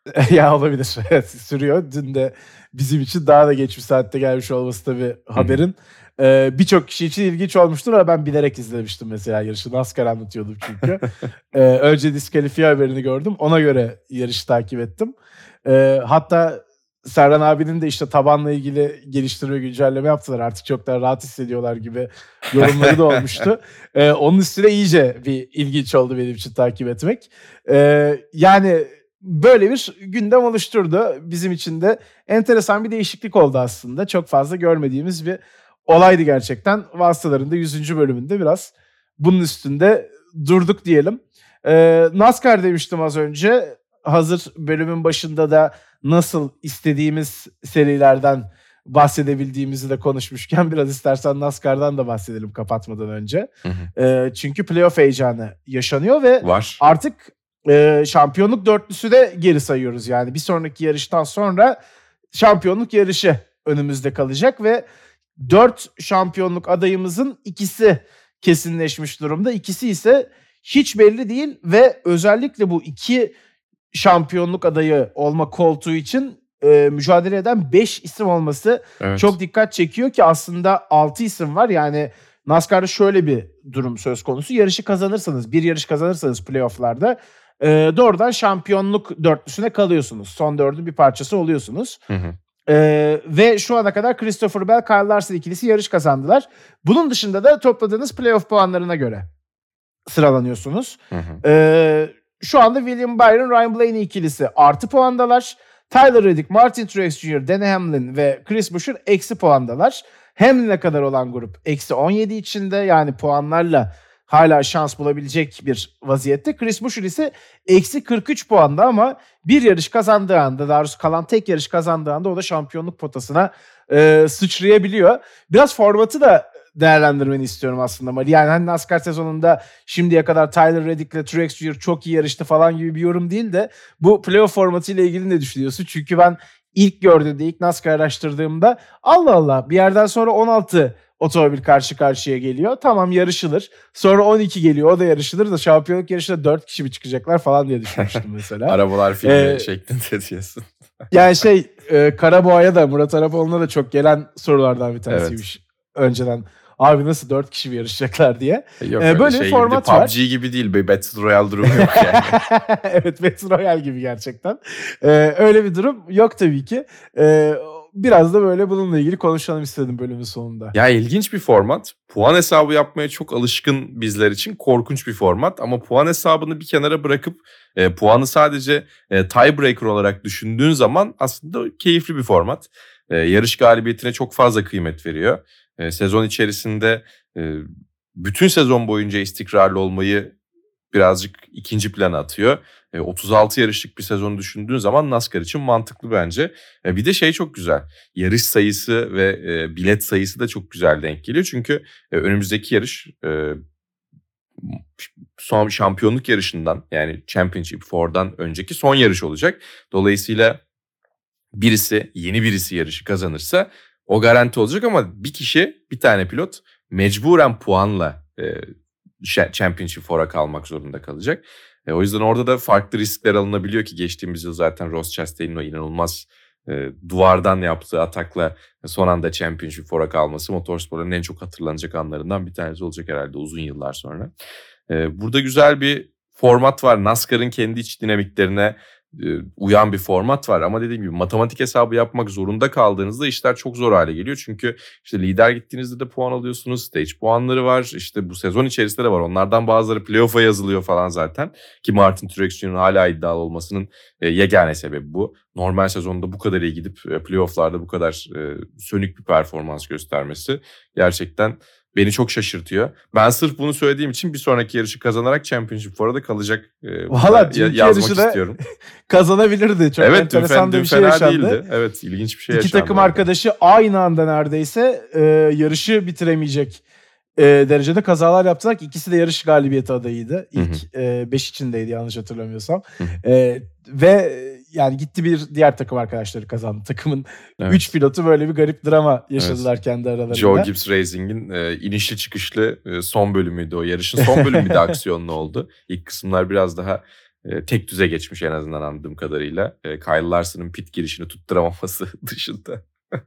Ya olabilir. Evet, sürüyor. Dün de bizim için daha da geç bir saatte gelmiş olması tabii haberin. Ee, Birçok kişi için ilginç olmuştur ama ben bilerek izlemiştim mesela yarışı. NASCAR anlatıyordum çünkü. ee, önce diskalifiye haberini gördüm. Ona göre yarışı takip ettim. Ee, hatta Serhan abinin de işte tabanla ilgili geliştirme, güncelleme yaptılar. Artık çok daha rahat hissediyorlar gibi yorumları da olmuştu. Ee, onun üstüne iyice bir ilginç oldu benim için takip etmek. Ee, yani böyle bir gündem oluşturdu. Bizim için de enteresan bir değişiklik oldu aslında. Çok fazla görmediğimiz bir olaydı gerçekten. Vasıtaların da yüzüncü bölümünde biraz bunun üstünde durduk diyelim. Ee, NASCAR demiştim az önce. Hazır bölümün başında da nasıl istediğimiz serilerden bahsedebildiğimizi de konuşmuşken biraz istersen NASCAR'dan da bahsedelim kapatmadan önce. Hı hı. Ee, çünkü playoff heyecanı yaşanıyor ve Var. artık e, şampiyonluk dörtlüsü de geri sayıyoruz. Yani bir sonraki yarıştan sonra şampiyonluk yarışı önümüzde kalacak ve dört şampiyonluk adayımızın ikisi kesinleşmiş durumda. İkisi ise hiç belli değil ve özellikle bu iki şampiyonluk adayı olma koltuğu için e, mücadele eden beş isim olması Evet. çok dikkat çekiyor ki aslında altı isim var. Yani NASCAR'da şöyle bir durum söz konusu. Yarışı kazanırsanız, bir yarış kazanırsanız playoff'larda e, doğrudan şampiyonluk dörtlüsüne kalıyorsunuz. Son dördün bir parçası oluyorsunuz. Hı hı. Ee, ve şu ana kadar Christopher Bell, Kyle Larson ikilisi yarış kazandılar. Bunun dışında da topladığınız playoff puanlarına göre sıralanıyorsunuz. Hı hı. Ee, şu anda William Byron, Ryan Blaney ikilisi artı puandalar. Tyler Reddick, Martin Truex Junior, Denny Hamlin ve Chris Buescher eksi puandalar. Hamlin'e kadar olan grup eksi on yedi içinde, yani puanlarla hala şans bulabilecek bir vaziyette. Chris Buescher ise eksi kırk üç puanda ama bir yarış kazandığı anda, daha doğrusu kalan tek yarış kazandığı anda o da şampiyonluk potasına e, sıçrayabiliyor. Biraz formatı da değerlendirmeni istiyorum aslında Mali. Yani hani NASCAR sezonunda şimdiye kadar Tyler Reddick'le Truex Junior çok iyi yarıştı falan gibi bir yorum değil de bu playoff formatıyla ilgili ne düşünüyorsun? Çünkü ben ilk gördüğümde, ilk NASCAR araştırdığımda Allah Allah bir yerden sonra on altı otomobil karşı karşıya geliyor. Tamam, yarışılır. Sonra on iki geliyor, o da yarışılır da şampiyonluk yarışında dört kişi mi çıkacaklar falan diye düşünmüştüm mesela. Arabalar filmi Ee, şeklinde diyorsun. Yani şey e, Karaboğa'ya da, Murat Arapoğlu'na da çok gelen sorulardan bir tanesiymiş. Evet. Önceden abi nasıl dört kişi mi yarışacaklar diye. Yok, ee, böyle şey bir format gibi, var. P U B G gibi değil, bir Battle Royale durumu yok yani. Evet, Battle Royale gibi gerçekten. Ee, öyle bir durum yok tabii ki. Ee, biraz da böyle bununla ilgili konuşalım istedim bölümün sonunda. Ya ilginç bir format. Puan hesabı yapmaya çok alışkın bizler için korkunç bir format. Ama puan hesabını bir kenara bırakıp e, puanı sadece e, tiebreaker olarak düşündüğün zaman aslında keyifli bir format. E, yarış galibiyetine çok fazla kıymet veriyor. E, sezon içerisinde e, bütün sezon boyunca istikrarlı olmayı birazcık ikinci plana atıyor. E, otuz altı yarışlık bir sezonu düşündüğün zaman NASCAR için mantıklı bence. E, bir de şey çok güzel. Yarış sayısı ve e, bilet sayısı da çok güzel denk geliyor. Çünkü e, önümüzdeki yarış e, son şampiyonluk yarışından, yani Championship dörtten önceki son yarış olacak. Dolayısıyla birisi, yeni birisi yarışı kazanırsa o garanti olacak, ama bir kişi, bir tane pilot mecburen puanla e, Championship dörde kalmak zorunda kalacak. E, o yüzden orada da farklı riskler alınabiliyor ki geçtiğimiz yıl zaten Ross Chastain'in o inanılmaz e, duvardan yaptığı atakla son anda Championship dörde kalması motorsporların en çok hatırlanacak anlarından bir tanesi olacak herhalde uzun yıllar sonra. E, burada güzel bir format var. NASCAR'ın kendi iç dinamiklerine uyan bir format var, ama dediğim gibi matematik hesabı yapmak zorunda kaldığınızda işler çok zor hale geliyor. Çünkü işte lider gittiğinizde de puan alıyorsunuz, stage puanları var, işte bu sezon içerisinde de var, onlardan bazıları playoff'a yazılıyor falan zaten, ki Martin Truex Junior'ın hala iddialı olmasının yegane sebebi bu. Normal sezonda bu kadar iyi gidip playoff'larda bu kadar sönük bir performans göstermesi gerçekten beni çok şaşırtıyor. Ben sırf bunu söylediğim için bir sonraki yarışı kazanarak Championship dörde kalacak. E, Valla ya, yazmak istiyorum. kazanabilirdi. Çok evet, enteresan dün, dün bir şey fena yaşandı. Değildi. Evet, ilginç bir şey İki yaşandı. takım arkadaşı aynı anda neredeyse e, yarışı bitiremeyecek e, derecede kazalar yaptılar ki ikisi de yarış galibiyeti adayıydı. İlk e, beş içindeydi yanlış hatırlamıyorsam. E, ve yani gitti bir diğer takım arkadaşları kazandı. Takımın evet. üç pilotu böyle bir garip drama yaşadılar evet. kendi aralarında. Joe Gibbs Racing'in e, inişli çıkışlı e, son bölümüydü o. Yarışın son bölümü de aksiyonlu oldu. İlk kısımlar biraz daha e, tek düze geçmiş en azından anladığım kadarıyla. E, Kyle Larson'ın pit girişini tutturamaması dışında.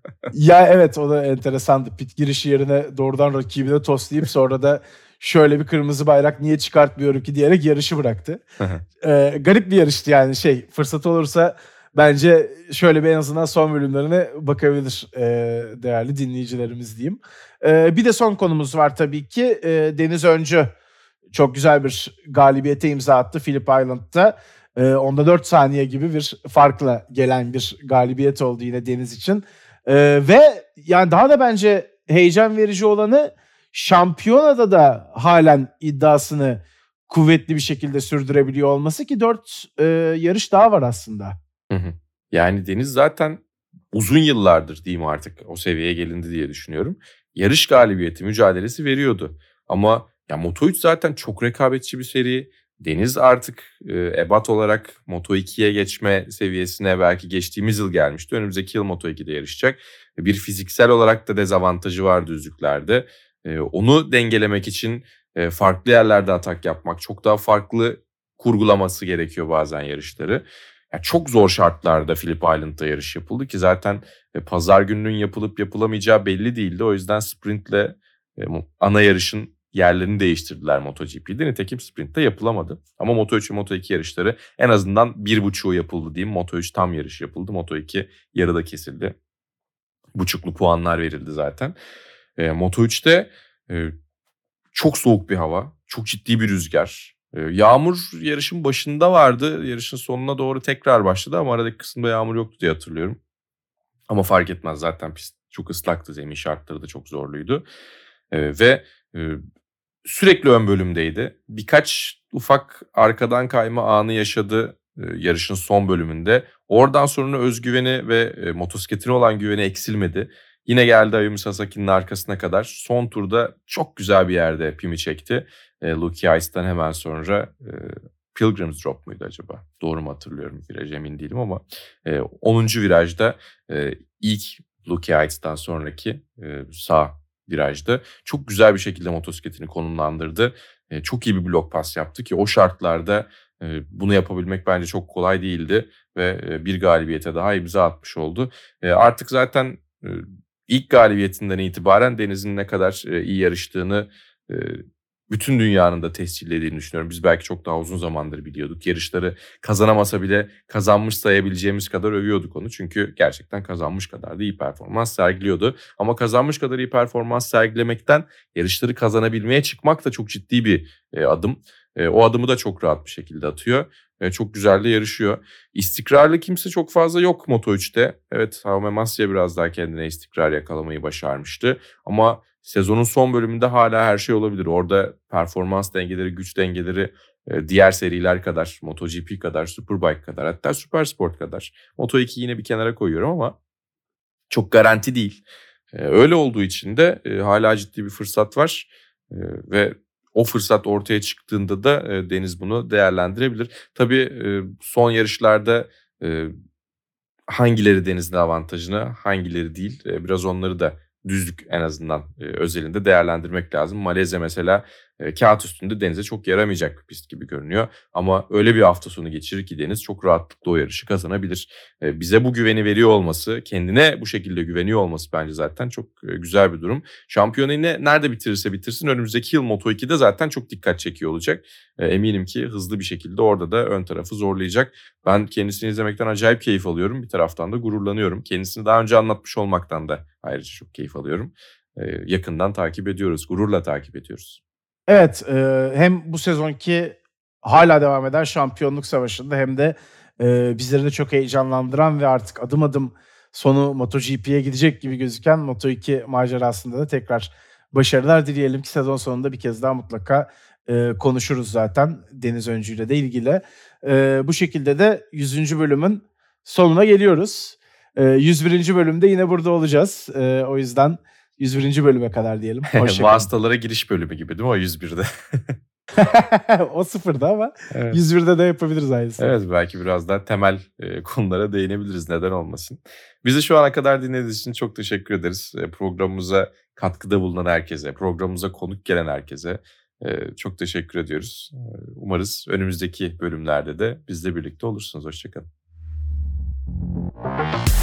Ya evet, o da enteresandı. Pit girişi yerine doğrudan rakibine toslayıp sonra da şöyle bir kırmızı bayrak niye çıkartmıyorum ki diyerek yarışı bıraktı. ee, garip bir yarıştı yani, şey fırsat olursa bence şöyle bir en azından son bölümlerine bakabilir e, değerli dinleyicilerimiz diyeyim. E, bir de son konumuz var tabii ki. E, Deniz Öncü çok güzel bir galibiyete imza attı Phillip Island'da. E, onda dört saniye gibi bir farkla gelen bir galibiyet oldu yine Deniz için. E, ve yani daha da bence heyecan verici olanı, şampiyonada da halen iddiasını kuvvetli bir şekilde sürdürebiliyor olması, ki dört e, yarış daha var aslında. Hı hı. Yani Deniz zaten uzun yıllardır diyeyim artık o seviyeye gelindi diye düşünüyorum. Yarış galibiyeti mücadelesi veriyordu. Ama ya Moto üç zaten çok rekabetçi bir seri. Deniz artık e, ebat olarak Moto ikiye geçme seviyesine belki geçtiğimiz yıl gelmişti. Önümüzdeki yıl Moto ikide yarışacak. Bir fiziksel olarak da dezavantajı var düzlüklerde. E, onu dengelemek için e, farklı yerlerde atak yapmak, çok daha farklı kurgulaması gerekiyor bazen yarışları. Yani çok zor şartlarda Phillip Island'da yarış yapıldı ki zaten e, pazar gününün yapılıp yapılamayacağı belli değildi. O yüzden sprintle e, ana yarışın yerlerini değiştirdiler MotoGP'de. Nitekim sprintte yapılamadı. Ama Moto üç ve Moto iki yarışları en azından bir buçuğu yapıldı diyeyim. Moto üç tam yarış yapıldı. Moto iki yarıda kesildi. Buçuklu puanlar verildi zaten. E, Moto üçte e, çok soğuk bir hava, çok ciddi bir rüzgar. E, yağmur yarışın başında vardı. Yarışın sonuna doğru tekrar başladı ama aradaki kısımda yağmur yoktu diye hatırlıyorum. Ama fark etmez, zaten pist çok ıslaktı, zemin şartları da çok zorluydu. E, ve e, sürekli ön bölümdeydi. Birkaç ufak arkadan kayma anı yaşadı e, yarışın son bölümünde. Oradan sonra özgüveni ve e, motosikletine olan güveni eksilmedi. Yine geldi Ayumi Sasaki'nin arkasına kadar. Son turda çok güzel bir yerde pimi çekti. E, Lucky Ice'dan hemen sonra e, Pilgrim's Drop muydu acaba? Doğru mu hatırlıyorum? Viraj emin değilim ama e, onuncu virajda e, ilk Lucky Ice'dan sonraki e, sağ virajda çok güzel bir şekilde motosikletini konumlandırdı. E, çok iyi bir blok pas yaptı ki o şartlarda e, bunu yapabilmek bence çok kolay değildi ve e, bir galibiyete daha imza atmış oldu. E, artık zaten e, ilk galibiyetinden itibaren Deniz'in ne kadar e, iyi yarıştığını e, bütün dünyanın da tescillediğini düşünüyorum. Biz belki çok daha uzun zamandır biliyorduk. Yarışları kazanamasa bile kazanmış sayabileceğimiz kadar övüyorduk onu. Çünkü gerçekten kazanmış kadar da iyi performans sergiliyordu. Ama kazanmış kadar iyi performans sergilemekten yarışları kazanabilmeye çıkmak da çok ciddi bir e, adım. E, o adımı da çok rahat bir şekilde atıyor. E, çok güzel de yarışıyor. İstikrarlı kimse çok fazla yok Moto üçte. Evet, Jaume Masia biraz daha kendine istikrar yakalamayı başarmıştı. Ama sezonun son bölümünde hala her şey olabilir. Orada performans dengeleri, güç dengeleri e, diğer seriler kadar, MotoGP kadar, Superbike kadar, hatta Supersport kadar. Moto ikiyi yine bir kenara koyuyorum ama çok garanti değil. E, öyle olduğu için de e, hala ciddi bir fırsat var. E, ve o fırsat ortaya çıktığında da e, Deniz bunu değerlendirebilir. Tabii e, son yarışlarda e, hangileri Deniz'in avantajına, hangileri değil, e, biraz onları da düzlük en azından e, özelinde değerlendirmek lazım. Malezya mesela e, kağıt üstünde Deniz'e çok yaramayacak bir pist gibi görünüyor. Ama öyle bir hafta sonu geçirir ki Deniz çok rahatlıkla o yarışı kazanabilir. E, bize bu güveni veriyor olması, kendine bu şekilde güveniyor olması bence zaten çok e, güzel bir durum. Şampiyonu yine nerede bitirirse bitirsin önümüzdeki yıl Moto ikide zaten çok dikkat çekiyor olacak. E, eminim ki hızlı bir şekilde orada da ön tarafı zorlayacak. Ben kendisini izlemekten acayip keyif alıyorum. Bir taraftan da gururlanıyorum. Kendisini daha önce anlatmış olmaktan da ayrıca çok keyif alıyorum. Ee, yakından takip ediyoruz. Gururla takip ediyoruz. Evet, e, hem bu sezonki hala devam eden şampiyonluk savaşında hem de e, bizleri de çok heyecanlandıran ve artık adım adım sonu MotoGP'ye gidecek gibi gözüken Moto iki macerasında da tekrar başarılar dileyelim ki sezon sonunda bir kez daha mutlaka e, konuşuruz zaten Deniz Öncü ile de ilgili. E, bu şekilde de yüzüncü bölümün sonuna geliyoruz. E, yüz birinci bölümde yine burada olacağız. E, o yüzden yüz birinci bölüme kadar diyelim. Hoşçakalın. Vasıtalara giriş bölümü gibi değil mi o yüz birde? O sıfırda ama Evet. yüz birde de yapabiliriz aynısını. Evet, belki biraz daha temel e, konulara değinebiliriz. Neden olmasın? Bizi şu ana kadar dinlediğiniz için çok teşekkür ederiz. E, programımıza katkıda bulunan herkese, programımıza konuk gelen herkese e, çok teşekkür ediyoruz. E, umarız önümüzdeki bölümlerde de bizle birlikte olursunuz. Hoşçakalın.